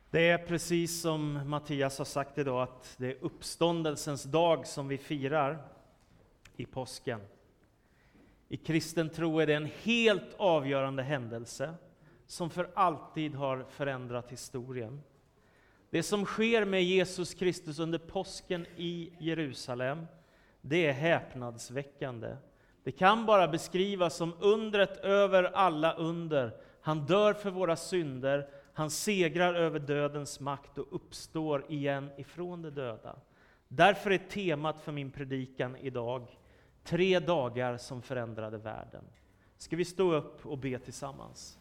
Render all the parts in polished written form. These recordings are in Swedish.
Det är precis som Mattias har sagt idag, att det är uppståndelsens dag som vi firar i påsken. I kristen tro är det en helt avgörande händelse som för alltid har förändrat historien. Det som sker med Jesus Kristus under påsken i Jerusalem, det är häpnadsväckande. Det kan bara beskrivas som undret över alla under. Han dör för våra synder, han segrar över dödens makt och uppstår igen ifrån de döda. Därför är temat för min predikan idag 3 dagar som förändrade världen. Ska vi stå upp och be tillsammans?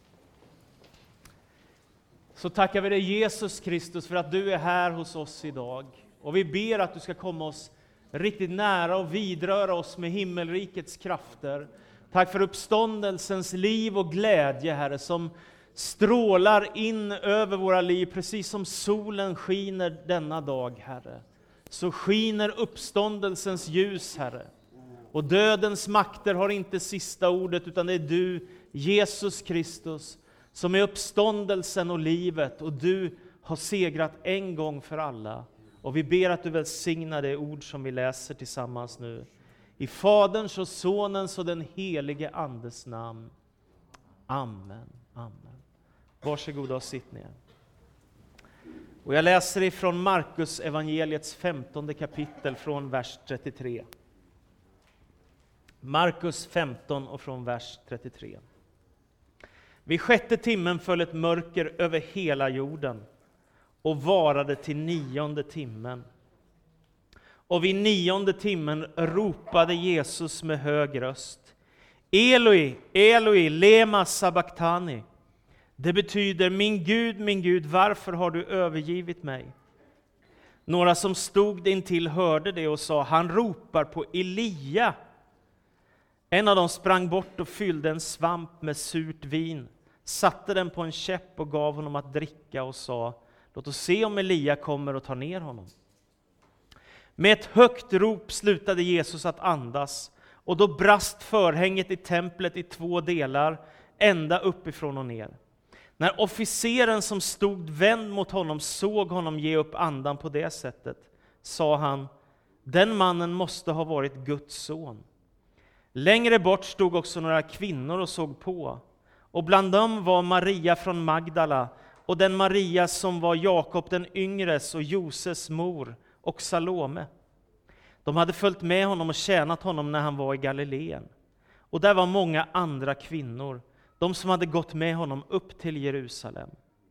Så tackar vi dig Jesus Kristus för att du är här hos oss idag. Och vi ber att du ska komma oss riktigt nära och vidröra oss med himmelrikets krafter. Tack för uppståndelsens liv och glädje, Herre, som strålar in över våra liv, precis som solen skiner denna dag, Herre. Så skiner uppståndelsens ljus, Herre. Och dödens makter har inte sista ordet, utan det är du, Jesus Kristus, som är uppståndelsen och livet. Och du har segrat en gång för alla. Och vi ber att du välsignar det ord som vi läser tillsammans nu. I Faderns och Sonens och den helige Andes namn. Amen. Amen. Varsågoda och sitt ner. Och jag läser ifrån Markus evangeliets 15:e kapitel från vers 33. Markus 15 och från vers 33. Vid 6:e timmen föll ett mörker över hela jorden och varade till 9:e timmen. Och vid 9:e timmen ropade Jesus med hög röst: Eloi, Eloi, lema sabachthani. Det betyder: min Gud, varför har du övergivit mig? Några som stod intill hörde det och sa: han ropar på Elia. En av dem sprang bort och fyllde en svamp med surt vin, satte den på en käpp och gav honom att dricka och sa: låt oss se om Elia kommer och tar ner honom. Med ett högt rop slutade Jesus att andas, och då brast förhänget i templet i 2 delar, ända uppifrån och ner. När officeren som stod vänd mot honom såg honom ge upp andan på det sättet, sa han: den mannen måste ha varit Guds son. Längre bort stod också några kvinnor och såg på, och bland dem var Maria från Magdala och den Maria som var Jakob den yngres och Joses mor och Salome. De hade följt med honom och tjänat honom när han var i Galileen. Och där var många andra kvinnor, de som hade gått med honom upp till Jerusalem.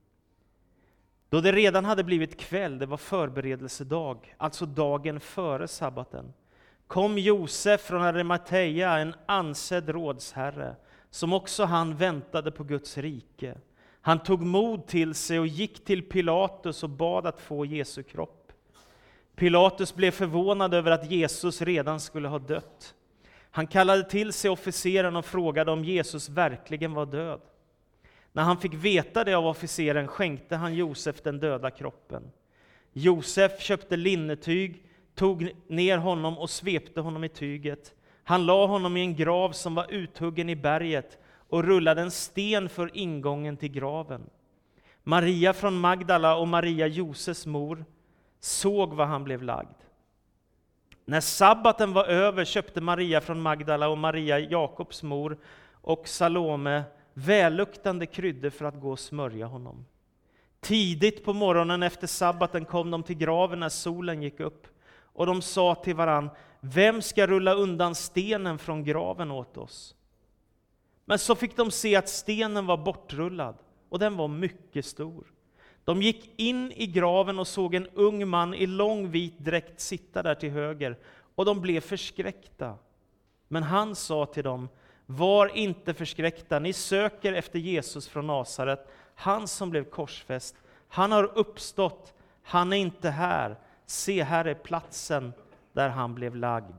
Då det redan hade blivit kväll, det var förberedelsedag, alltså dagen före sabbaten, kom Josef från Arimatea, en ansedd rådsherre, som också han väntade på Guds rike. Han tog mod till sig och gick till Pilatus och bad att få Jesu kropp. Pilatus blev förvånad över att Jesus redan skulle ha dött. Han kallade till sig officeren och frågade om Jesus verkligen var död. När han fick veta det av officeren skänkte han Josef den döda kroppen. Josef köpte linnetyg, tog ner honom och svepte honom i tyget. Han la honom i en grav som var uthuggen i berget och rullade en sten för ingången till graven. Maria från Magdala och Maria Joses mor såg var han blev lagd. När sabbaten var över köpte Maria från Magdala och Maria Jakobs mor och Salome välluktande kryddor för att gå och smörja honom. Tidigt på morgonen efter sabbaten kom de till graven när solen gick upp, och de sa till varann: vem ska rulla undan stenen från graven åt oss? Men så fick de se att stenen var bortrullad, och den var mycket stor. De gick in i graven och såg en ung man i lång vit dräkt sitta där till höger, och de blev förskräckta. Men han sa till dem: var inte förskräckta, ni söker efter Jesus från Nasaret, han som blev korsfäst. Han har uppstått, han är inte här. Se, här är platsen där han blev lagd.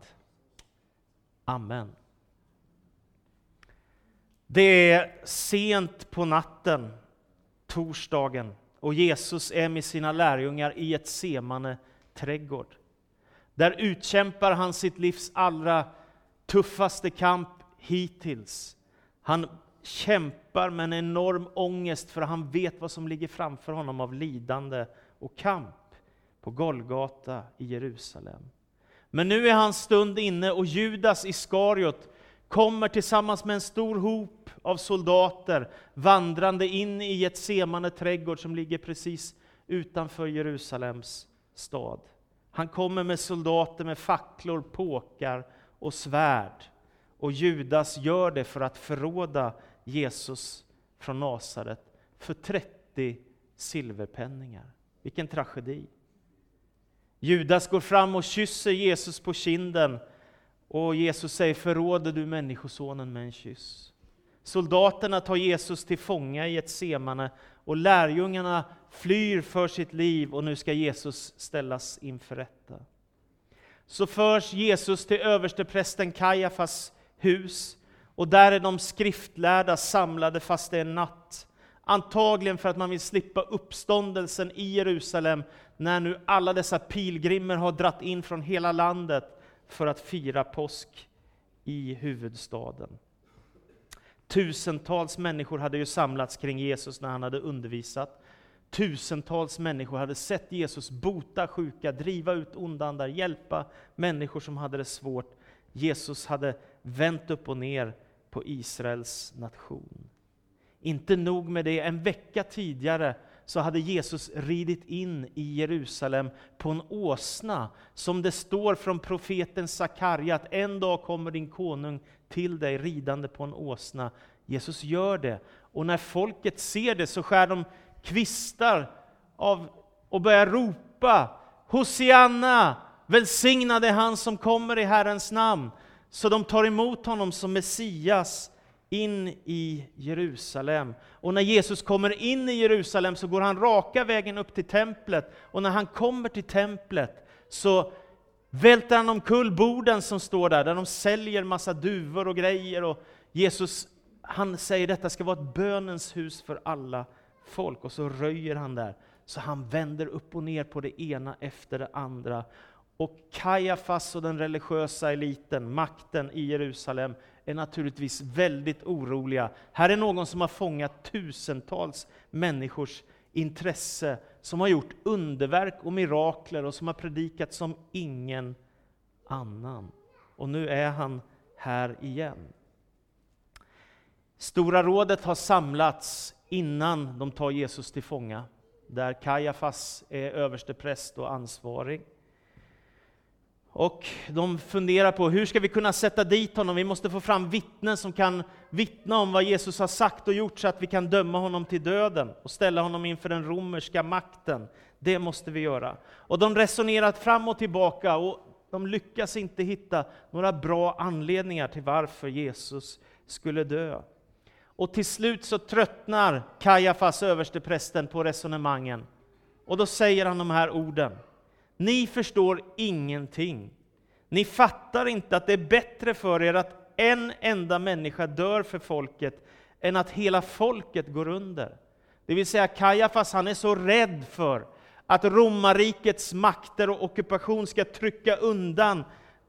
Amen. Det är sent på natten, torsdagen, och Jesus är med sina lärjungar i ett Getsemane trädgård. Där utkämpar han sitt livs allra tuffaste kamp hittills. Han kämpar med en enorm ångest, för han vet vad som ligger framför honom av lidande och kamp på Golgata i Jerusalem. Men nu är hans stund inne, och Judas Iskariot kommer tillsammans med en stor hop av soldater vandrande in i Getsemane trädgård som ligger precis utanför Jerusalems stad. Han kommer med soldater med facklor, påkar och svärd. Och Judas gör det för att förråda Jesus från Nasaret för 30 silverpenningar. Vilken tragedi. Judas går fram och kysser Jesus på kinden. Och Jesus säger: förråder du människosonen med en kyss? Soldaterna tar Jesus till fånga i Getsemane, och lärjungarna flyr för sitt liv, och nu ska Jesus ställas inför rätta. Så förs Jesus till översteprästen Kajafas hus, och där är de skriftlärda samlade fast det är natt. Antagligen för att man vill slippa uppståndelsen i Jerusalem, när nu alla dessa pilgrimer har dratt in från hela landet för att fira påsk i huvudstaden. Tusentals människor hade ju samlats kring Jesus när han hade undervisat. Tusentals människor hade sett Jesus bota sjuka, driva ut onda andar, hjälpa människor som hade det svårt. Jesus hade vänt upp och ner på Israels nation. Inte nog med det, en vecka tidigare så hade Jesus ridit in i Jerusalem på en åsna, som det står från profeten Sakarja att en dag kommer din konung till dig ridande på en åsna. Jesus gör det, och när folket ser det så skär de kvistar av och börjar ropa: Hosianna, välsignad är han som kommer i Herrens namn. Så de tar emot honom som Messias in i Jerusalem. Och när Jesus kommer in i Jerusalem så går han raka vägen upp till templet. Och när han kommer till templet så välter han omkull borden som står där de säljer massa duvor och grejer. Och Jesus, han säger: detta ska vara ett bönens hus för alla folk. Och så röjer han där. Så han vänder upp och ner på det ena efter det andra. Och Kajafas och den religiösa eliten, makten i Jerusalem, är naturligtvis väldigt oroliga. Här är någon som har fångat tusentals människors intresse, som har gjort underverk och mirakler och som har predikat som ingen annan. Och nu är han här igen. Stora rådet har samlats innan de tar Jesus till fånga, där Kajafas är överstepräst och ansvarig. Och de funderar på: hur ska vi kunna sätta dit honom? Vi måste få fram vittnen som kan vittna om vad Jesus har sagt och gjort, så att vi kan döma honom till döden och ställa honom inför den romerska makten. Det måste vi göra. Och de resonerat fram och tillbaka, och de lyckas inte hitta några bra anledningar till varför Jesus skulle dö. Och till slut så tröttnar Kajafas, översteprästen, på resonemangen. Och då säger han de här orden: ni förstår ingenting. Ni fattar inte att det är bättre för er att en enda människa dör för folket än att hela folket går under. Det vill säga, Kajafas, han är så rädd för att romarrikets makter och ockupation ska trycka undan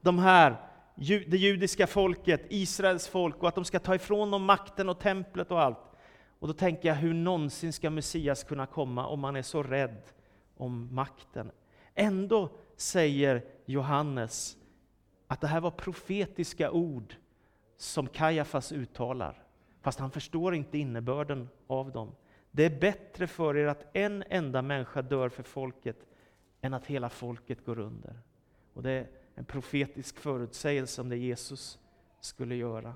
det judiska folket, Israels folk, och att de ska ta ifrån dem makten och templet och allt. Och då tänker jag, hur någonsin ska Messias kunna komma om man är så rädd om makten? Ändå säger Johannes att det här var profetiska ord som Kajafas uttalar, fast han förstår inte innebörden av dem. Det är bättre för er att en enda människa dör för folket än att hela folket går under. Och det är en profetisk förutsägelse om det Jesus skulle göra.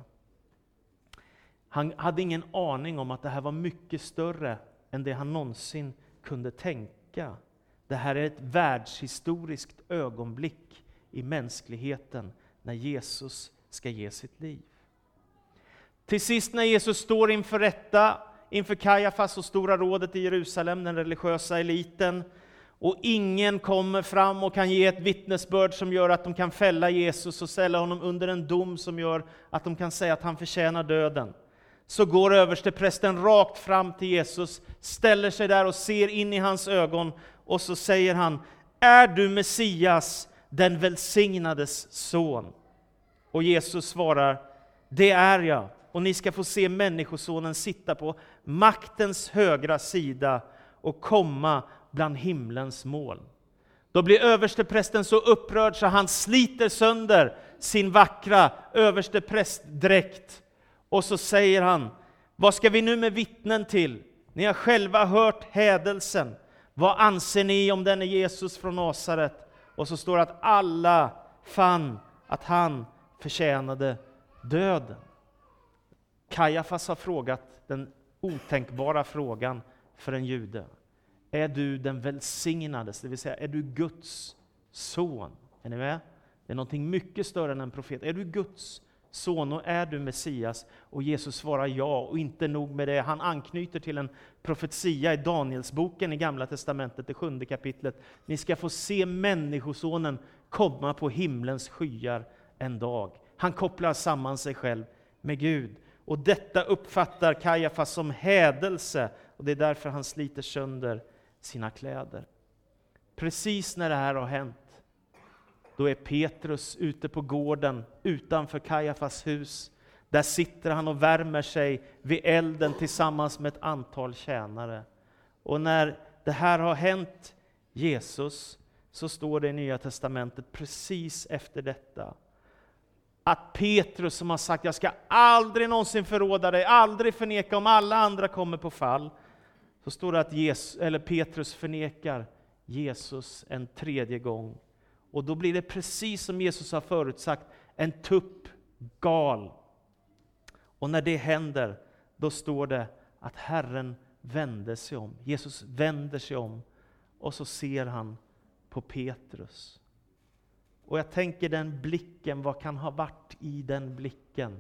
Han hade ingen aning om att det här var mycket större än det han någonsin kunde tänka. Det här är ett världshistoriskt ögonblick i mänskligheten när Jesus ska ge sitt liv. Till sist, när Jesus står inför rätta, inför Kajafas och Stora rådet i Jerusalem, den religiösa eliten, och ingen kommer fram och kan ge ett vittnesbörd som gör att de kan fälla Jesus och ställa honom under en dom som gör att de kan säga att han förtjänar döden, så går översteprästen rakt fram till Jesus, ställer sig där och ser in i hans ögon, och så säger han: är du Messias, den välsignades son? Och Jesus svarar: det är jag. och ni ska få se Människosonen sitta på maktens högra sida och komma bland himlens moln. Då blir översteprästen så upprörd så han sliter sönder sin vackra översteprästdräkt. Och så säger han: vad ska vi nu med vittnen till? Ni har själva hört hädelsen. Vad anser ni om denne Jesus från Nasaret? Och så står det att alla fann att han förtjänade döden. Kajafas har frågat den otänkbara frågan för en jude: är du den välsignades, det vill säga är du Guds son? Är ni med? Det är någonting mycket större än en profet. Är du Guds son och är du Messias? Och Jesus svarar ja, och inte nog med det. Han anknyter till en profetia i Danielsboken i Gamla testamentet, det 7:e kapitlet. Ni ska få se Människosonen komma på himlens skyar en dag. Han kopplar samman sig själv med Gud. Och detta uppfattar Kajafas som hädelse, och det är därför han sliter sönder sina kläder. Precis när det här har hänt, då är Petrus ute på gården utanför Kajafas hus. Där sitter han och värmer sig vid elden tillsammans med ett antal tjänare. Och när det här har hänt Jesus, så står det i Nya testamentet precis efter detta att Petrus, som har sagt jag ska aldrig någonsin förråda dig, aldrig förneka om alla andra kommer på fall, så står det att Petrus förnekar Jesus en tredje gång. Och då blir det precis som Jesus har förutsagt, en tupp gal. Och när det händer, då står det att Herren vände sig om. Jesus vänder sig om och så ser han på Petrus. Och jag tänker den blicken, vad kan ha varit i den blicken?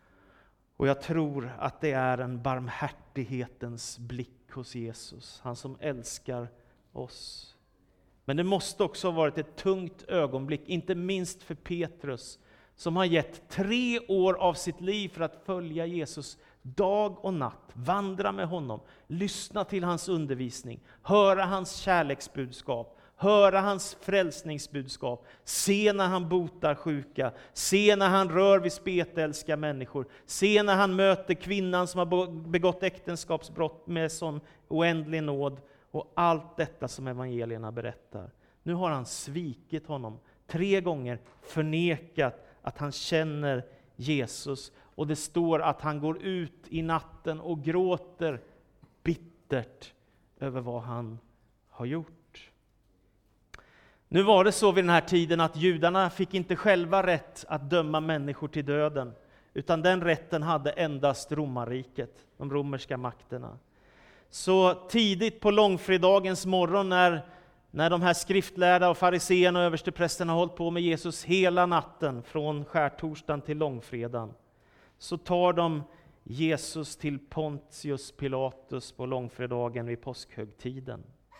Och jag tror att det är en barmhärtighetens blick hos Jesus. Han som älskar oss. Men det måste också ha varit ett tungt ögonblick, inte minst för Petrus, som har gett 3 år av sitt liv för att följa Jesus dag och natt, vandra med honom, lyssna till hans undervisning, höra hans kärleksbudskap, höra hans frälsningsbudskap, se när han botar sjuka, se när han rör vid spetälska människor, se när han möter kvinnan som har begått äktenskapsbrott med sån oändlig nåd, och allt detta som evangelierna berättar. Nu har han svikit honom 3 gånger, förnekat att han känner Jesus, och det står att han går ut i natten och gråter bittert över vad han har gjort. Nu var det så vid den här tiden att judarna fick inte själva rätt att döma människor till döden, utan den rätten hade endast romarriket, de romerska makterna. Så tidigt på långfredagens morgon, när de här skriftlärda och fariseerna och översteprästerna har hållit på med Jesus hela natten från skärtorsdagen till långfredagen, så tar de Jesus till Pontius Pilatus på långfredagen vid påskhögtiden.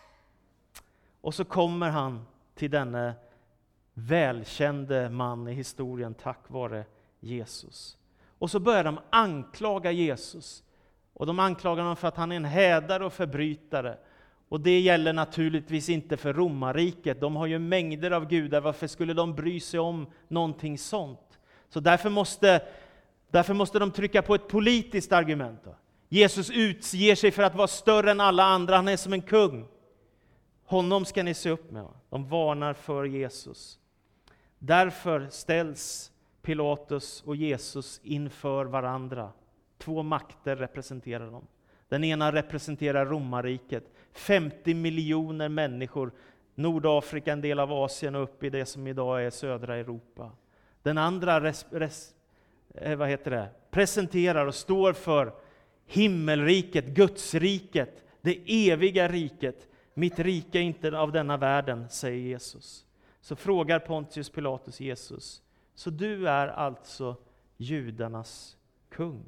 Och så kommer han till denne välkände man i historien tack vare Jesus. Och så börjar de anklaga Jesus. Och de anklagar honom för att han är en hädare och förbrytare. Och det gäller naturligtvis inte för romarriket. De har ju mängder av gudar. Varför skulle de bry sig om någonting sånt? Så därför måste de trycka på ett politiskt argument. Jesus utger sig för att vara större än alla andra. Han är som en kung. Honom ska ni se upp med. De varnar för Jesus. Därför ställs Pilatus och Jesus inför varandra. 2 makter representerar dem. Den ena representerar romarriket. 50 miljoner människor. Nordafrika, en del av Asien och upp i det som idag är södra Europa. Den andra presenterar och står för himmelriket, Gudsriket, det eviga riket. Mitt rike är inte av denna världen, säger Jesus. Så frågar Pontius Pilatus Jesus: så du är alltså judarnas kung?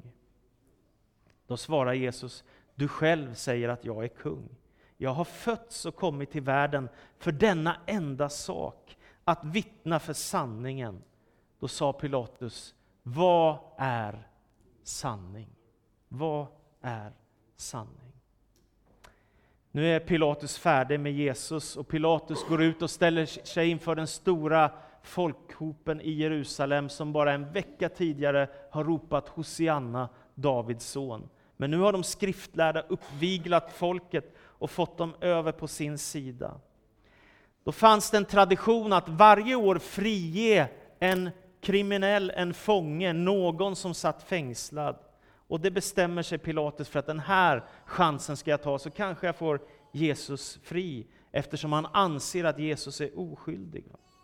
Då svarar Jesus: du själv säger att jag är kung. Jag har fötts och kommit till världen för denna enda sak, att vittna för sanningen. Då sa Pilatus: vad är sanning? Vad är sanning? Nu är Pilatus färdig med Jesus, och Pilatus går ut och ställer sig inför den stora folkhopen i Jerusalem som bara en vecka tidigare har ropat Hosianna, Davids son. Men nu har de skriftlärda uppviglat folket och fått dem över på sin sida. Då fanns det en tradition att varje år frige en kriminell, en fånge, någon som satt fängslad. Och det bestämmer sig Pilatus för att den här chansen ska jag ta, så kanske jag får Jesus fri, eftersom han anser att Jesus är oskyldig.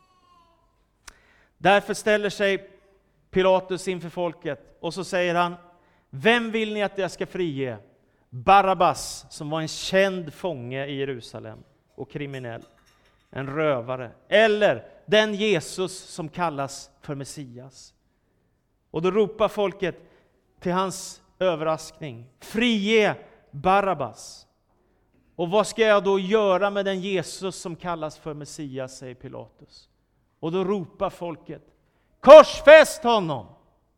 Därför ställer sig Pilatus inför folket och så säger han: vem vill ni att jag ska frige? Barabbas, som var en känd fånge i Jerusalem och kriminell, en rövare, eller den Jesus som kallas för Messias? Och då ropar folket till hans överraskning: frige Barabbas. Och vad ska jag då göra med den Jesus som kallas för Messias, säger Pilatus. Och då ropar folket: korsfäst honom!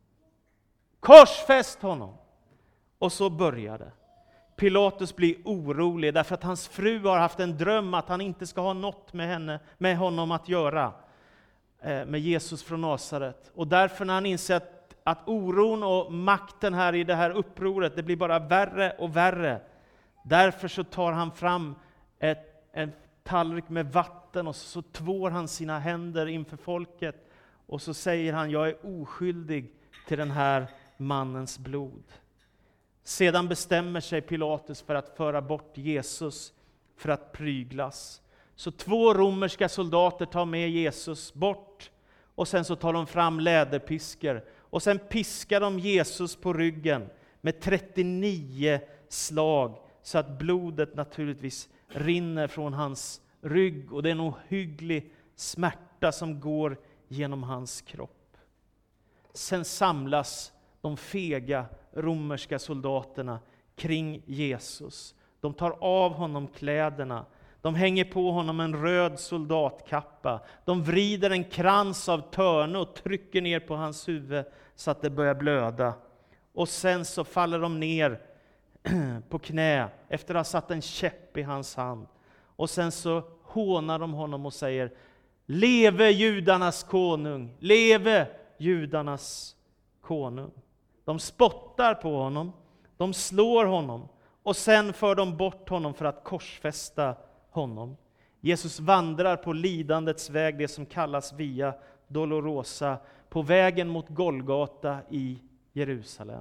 Korsfäst honom! Och så började. Pilatus blir orolig därför att hans fru har haft en dröm att han inte ska ha något med honom att göra, med Jesus från Nasaret. Och därför, när han inser att oron och makten här i det här upproret, det blir bara värre och värre, därför så tar han fram en tallrik med vatten och så tvår han sina händer inför folket och så säger han: jag är oskyldig till den här mannens blod. Sedan bestämmer sig Pilatus för att föra bort Jesus för att pryglas. Så 2 romerska soldater tar med Jesus bort, och sen så tar de fram läderpiskor och sen piskar de Jesus på ryggen med 39 slag, så att blodet naturligtvis rinner från hans rygg, och det är en ohygglig smärta som går genom hans kropp. Sen samlas de fega romerska soldaterna kring Jesus. De tar av honom kläderna. De hänger på honom en röd soldatkappa. De vrider en krans av törne och trycker ner på hans huvud så att det börjar blöda. Och sen så faller de ner på knä efter att ha satt en käpp i hans hand. Och sen så hånar de honom och säger: leve judarnas konung, leve judarnas konung. De spottar på honom, de slår honom och sen för de bort honom för att korsfästa honom. Jesus vandrar på lidandets väg, det som kallas Via Dolorosa, på vägen mot Golgata i Jerusalem.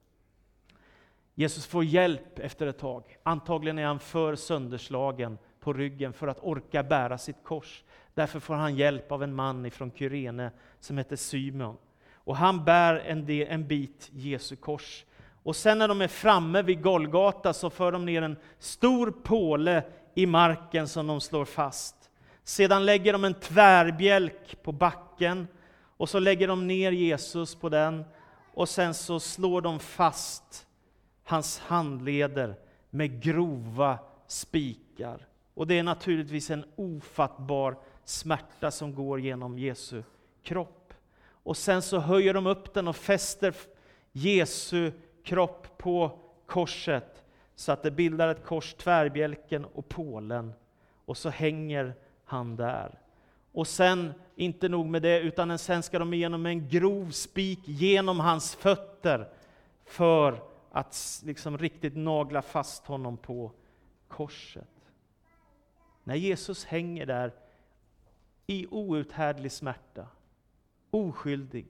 Jesus får hjälp efter ett tag. Antagligen är han för sönderslagen på ryggen för att orka bära sitt kors. Därför får han hjälp av en man från Kyrene som heter Simon. Och han bär en bit Jesu kors. Och sen när de är framme vid Golgata så för de ner en stor påle i marken som de slår fast. Sedan lägger de en tvärbjälk på backen och så lägger de ner Jesus på den. Och sen så slår de fast hans handleder med grova spikar. Och det är naturligtvis en ofattbar smärta som går genom Jesu kropp. Och sen så höjer de upp den och fäster Jesu kropp på korset så att det bildar ett kors, tvärbjälken och pålen. Och så hänger han där. Och sen, inte nog med det, utan sen ska de igenom en grov spik genom hans fötter för att liksom riktigt nagla fast honom på korset. När Jesus hänger där i outhärdlig smärta, oskyldig,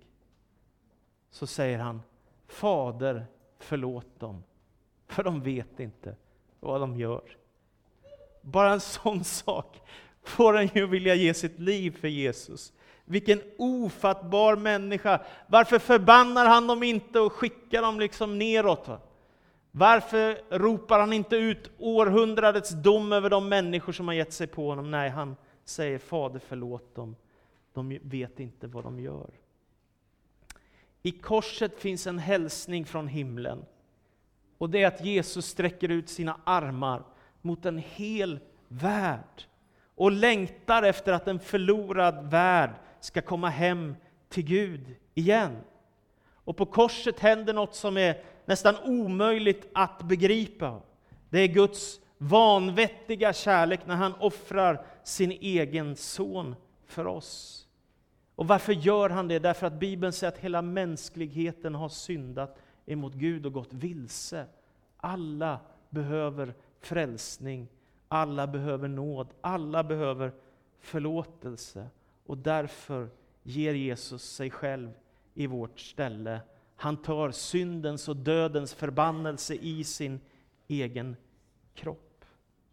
så säger han: Fader, förlåt dem, för de vet inte vad de gör. Bara en sån sak får en ju vilja ge sitt liv för Jesus. Vilken ofattbar människa. Varför förbannar han dem inte och skickar dem liksom neråt? Varför ropar han inte ut århundradets dom över de människor som har gett sig på honom? Nej, han säger: Fader, förlåt dem. De vet inte vad de gör. I korset finns en hälsning från himlen. Och det är att Jesus sträcker ut sina armar mot en hel värld. Och längtar efter att en förlorad värld ska komma hem till Gud igen. Och på korset händer något som är nästan omöjligt att begripa. Det är Guds vanvettiga kärlek när han offrar sin egen son för oss. Och varför gör han det? Därför att Bibeln säger att hela mänskligheten har syndat emot Gud och gått vilse. Alla behöver frälsning. Alla behöver nåd. Alla behöver förlåtelse. Och därför ger Jesus sig själv i vårt ställe. Han tar syndens och dödens förbannelse i sin egen kropp.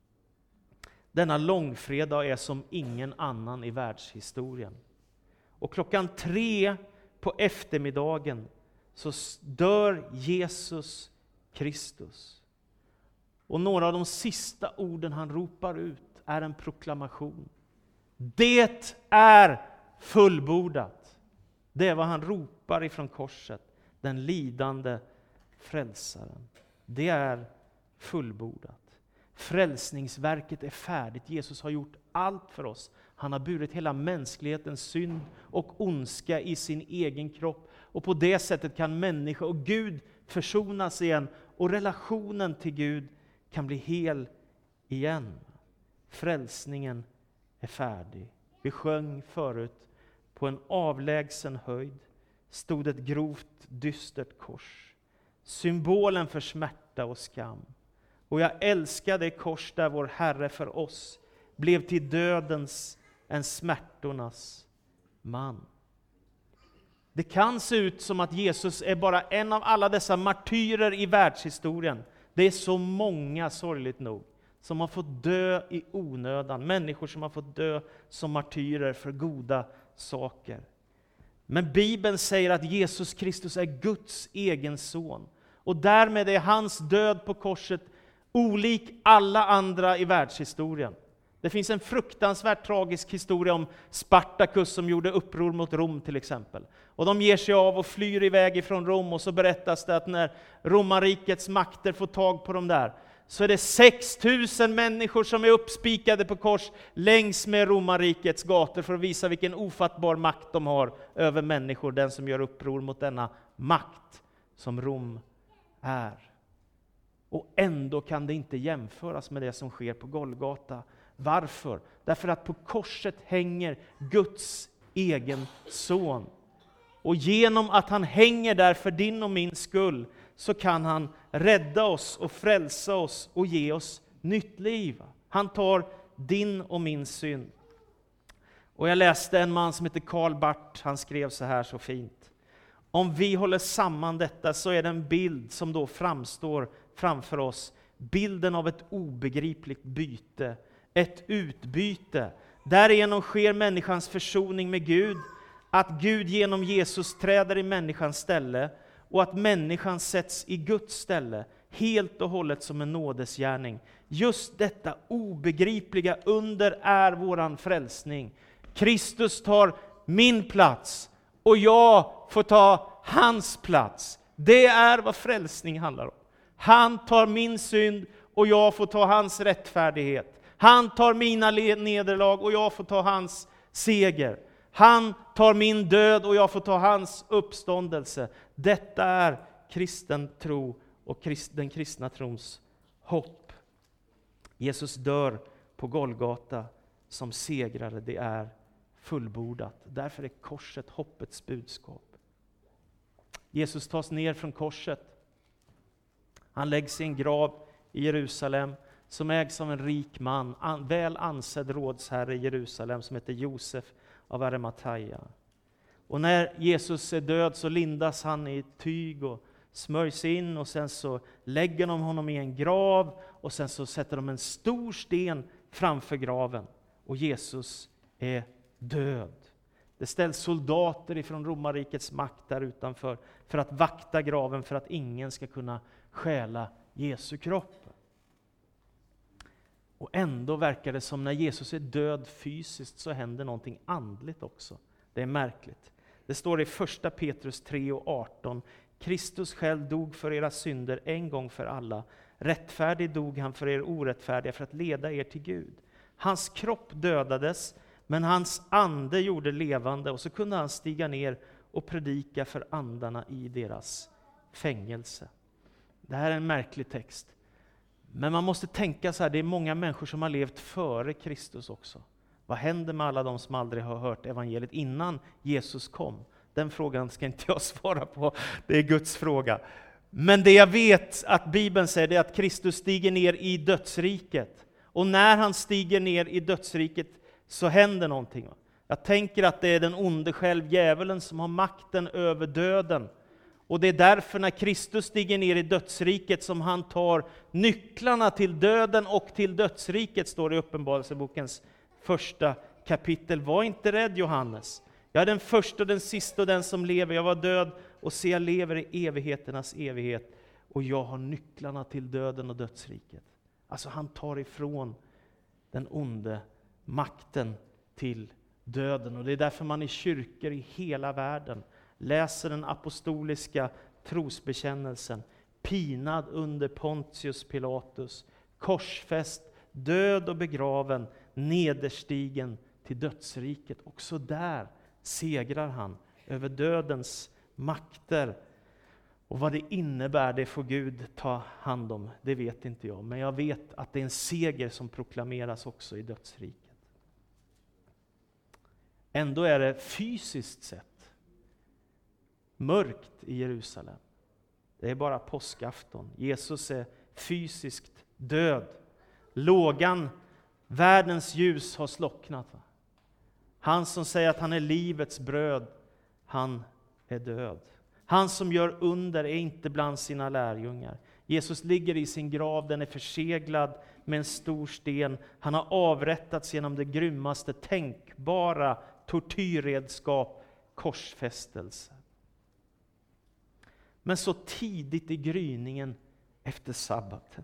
Denna långfredag är som ingen annan i världshistorien. Och 3:00 på eftermiddagen så dör Jesus Kristus. Och några av de sista orden han ropar ut är en proklamation. Det är fullbordat. Det är vad han ropar ifrån korset. Den lidande frälsaren. Det är fullbordat. Frälsningsverket är färdigt. Jesus har gjort allt för oss. Han har burit hela mänsklighetens synd och ondska i sin egen kropp. Och på det sättet kan människa och Gud försonas igen. Och relationen till Gud kan bli hel igen. Frälsningen är färdig. Vi sjöng förut, på en avlägsen höjd stod ett grovt, dystert kors. Symbolen för smärta och skam. Och jag älskar det kors där vår Herre för oss blev till dödens, en smärtornas man. Det kan se ut som att Jesus är bara en av alla dessa martyrer i världshistorien. Det är så många, sorgligt nog, som har fått dö i onödan. Människor som har fått dö som martyrer för goda saker. Men Bibeln säger att Jesus Kristus är Guds egen son. Och därmed är hans död på korset olik alla andra i världshistorien. Det finns en fruktansvärt tragisk historia om Spartacus som gjorde uppror mot Rom till exempel. Och de ger sig av och flyr iväg ifrån Rom, och så berättas det att när romarrikets makter får tag på dem där, så är det 6000 människor som är uppspikade på kors längs med romarrikets gator för att visa vilken ofattbar makt de har över människor, den som gör uppror mot denna makt som Rom är. Och ändå kan det inte jämföras med det som sker på Golgata. Varför? Därför att på korset hänger Guds egen son. Och genom att han hänger där för din och min skull, så kan han rädda oss och frälsa oss och ge oss nytt liv. Han tar din och min synd. Och jag läste en man som heter Karl Barth, han skrev så här så fint. Om vi håller samman detta så är det en bild som då framstår framför oss. Bilden av ett obegripligt byte. Ett utbyte. Därigenom sker människans försoning med Gud. Att Gud genom Jesus träder i människans ställe. Och att människan sätts i Guds ställe. Helt och hållet som en nådesgärning. Just detta obegripliga under är våran frälsning. Kristus tar min plats. Och jag får ta hans plats. Det är vad frälsning handlar om. Han tar min synd och jag får ta hans rättfärdighet. Han tar mina nederlag och jag får ta hans seger. Han tar min död och jag får ta hans uppståndelse. Detta är kristen tro och den kristna trons hopp. Jesus dör på Golgata som segrare. Det är fullbordat. Därför är korset hoppets budskap. Jesus tas ner från korset. Han läggs i en grav i Jerusalem som ägs av en rik man, väl ansedd rådsherre i Jerusalem som heter Josef av Arimathea. Och när Jesus är död så lindas han i tyg och smörjs in, och sen så lägger de honom i en grav och sen så sätter de en stor sten framför graven och Jesus är död. Det ställs soldater ifrån romarrikets makt där utanför för att vakta graven för att ingen ska kunna stjäla Jesu kropp. Och ändå verkar det som när Jesus är död fysiskt så händer någonting andligt också. Det är märkligt. Det står i 1 Petrus 3:18. Kristus själv dog för era synder en gång för alla. Rättfärdig dog han för er orättfärdiga för att leda er till Gud. Hans kropp dödades, men hans ande gjorde levande, och så kunde han stiga ner och predika för andarna i deras fängelse. Det här är en märklig text. Men man måste tänka så här, det är många människor som har levt före Kristus också. Vad händer med alla de som aldrig har hört evangeliet innan Jesus kom? Den frågan ska inte jag svara på. Det är Guds fråga. Men det jag vet att Bibeln säger är att Kristus stiger ner i dödsriket. Och när han stiger ner i dödsriket så händer någonting. Jag tänker att det är den onde själv, djävulen, som har makten över döden. Och det är därför när Kristus stiger ner i dödsriket som han tar nycklarna till döden och till dödsriket, står det i Uppenbarelsebokens första kapitel. Var inte rädd, Johannes. Jag är den första och den sista och den som lever. Jag var död och se, jag lever i evigheternas evighet. Och jag har nycklarna till döden och dödsriket. Alltså han tar ifrån den onde makten till döden. Och det är därför man i kyrkor i hela världen läser den apostoliska trosbekännelsen. Pinad under Pontius Pilatus, korsfäst, död och begraven, nederstigen till dödsriket. Också där segrar han över dödens makter. Och vad det innebär, det får Gud ta hand om. Det vet inte jag. Men jag vet att det är en seger som proklameras också i dödsriket. Ändå är det fysiskt sett mörkt i Jerusalem. Det är bara påskafton. Jesus är fysiskt död. Lågan, världens ljus har slocknat. Han som säger att han är livets bröd, han är död. Han som gör under är inte bland sina lärjungar. Jesus ligger i sin grav, den är förseglad med en stor sten. Han har avrättats genom det grymmaste tänkbara tortyrredskap, korsfästelse. Men så tidigt i gryningen efter sabbaten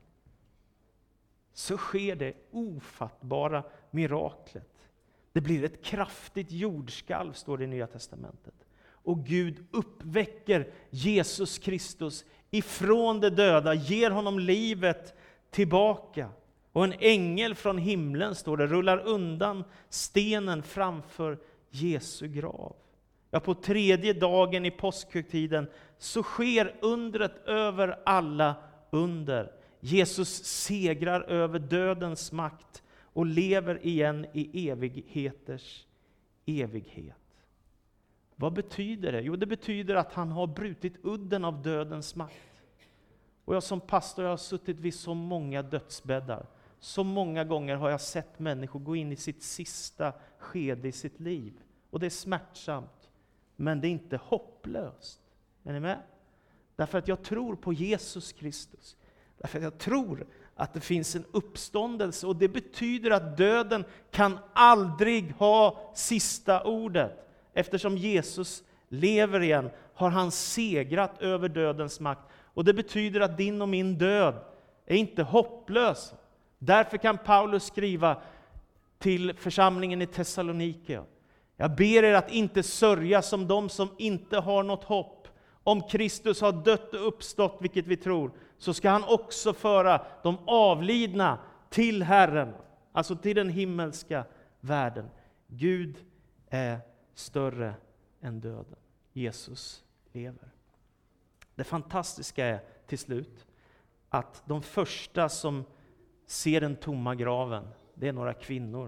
så sker det ofattbara miraklet. Det blir ett kraftigt jordskalv, står det i Nya testamentet. Och Gud uppväcker Jesus Kristus ifrån de döda, ger honom livet tillbaka. Och en ängel från himlen, står det, rullar undan stenen framför Jesu grav. Ja, på tredje dagen i påskhögtiden så sker undret över alla under. Jesus segrar över dödens makt och lever igen i evigheters evighet. Vad betyder det? Jo, det betyder att han har brutit udden av dödens makt. Och jag som pastor, jag har suttit vid så många dödsbäddar. Så många gånger har jag sett människor gå in i sitt sista skede i sitt liv. Och det är smärtsamt, men det är inte hopplöst. Är ni med? Därför att jag tror på Jesus Kristus. Därför att jag tror att det finns en uppståndelse. Och det betyder att döden kan aldrig ha sista ordet. Eftersom Jesus lever igen har han segrat över dödens makt. Och det betyder att din och min död är inte hopplös. Därför kan Paulus skriva till församlingen i Thessalonike: jag ber er att inte sörja som de som inte har något hopp. Om Kristus har dött och uppstått, vilket vi tror, så ska han också föra de avlidna till Herren. Alltså till den himmelska världen. Gud är större än döden. Jesus lever. Det fantastiska är till slut att de första som ser den tomma graven, det är några kvinnor.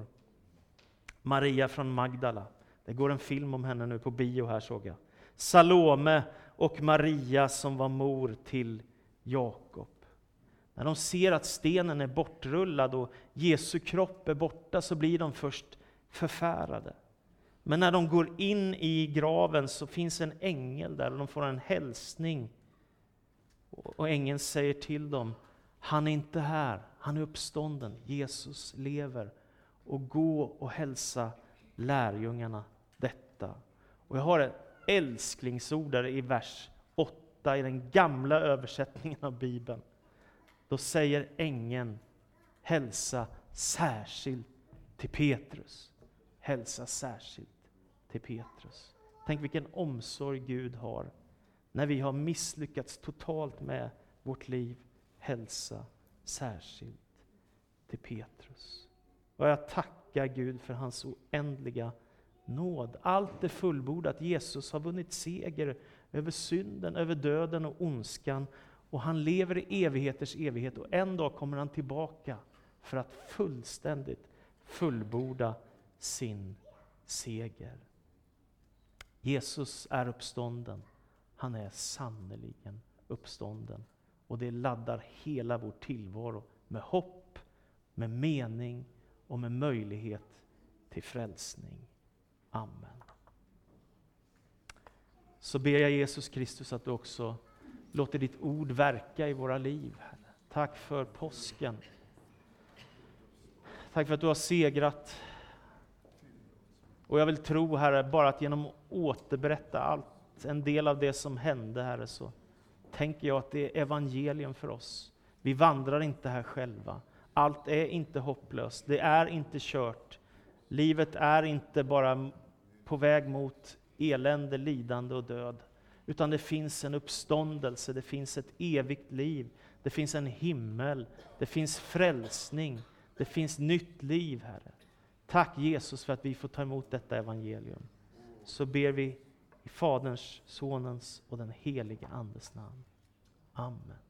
Maria från Magdala. Det går en film om henne nu på bio här, såg jag. Salome och Maria som var mor till Jakob. När de ser att stenen är bortrullad och Jesu kropp är borta så blir de först förfärade. Men när de går in i graven så finns en ängel där och de får en hälsning. Och ängeln säger till dem: han är inte här, han är uppstånden, Jesus lever. Och gå och hälsa lärjungarna detta. Och jag har ett älsklingsord där i vers 8 i den gamla översättningen av Bibeln. Då säger ängeln: hälsa särskilt till Petrus. Hälsa särskilt till Petrus. Tänk vilken omsorg Gud har när vi har misslyckats totalt med vårt liv. Hälsa särskilt till Petrus. Och jag tackar Gud för hans oändliga nåd. Allt är fullbordat. Jesus har vunnit seger över synden, över döden och ondskan. Och han lever i evigheters evighet. Och en dag kommer han tillbaka för att fullständigt fullborda sin seger. Jesus är uppstånden. Han är sannoliken uppstånden. Och det laddar hela vår tillvaro med hopp, med mening och med möjlighet till frälsning. Amen. Så ber jag Jesus Kristus att du också låter ditt ord verka i våra liv, Herre. Tack för påsken. Tack för att du har segrat. Och jag vill tro, Herre, bara att genom att återberätta allt, en del av det som hände, Herre, så tänker jag att det är evangelium för oss. Vi vandrar inte här själva. Allt är inte hopplöst. Det är inte kört. Livet är inte bara på väg mot elände, lidande och död. Utan det finns en uppståndelse, det finns ett evigt liv. Det finns en himmel, det finns frälsning, det finns nytt liv, Herre. Tack Jesus för att vi får ta emot detta evangelium. Så ber vi i Faderns, Sonens och den helige Andes namn. Amen.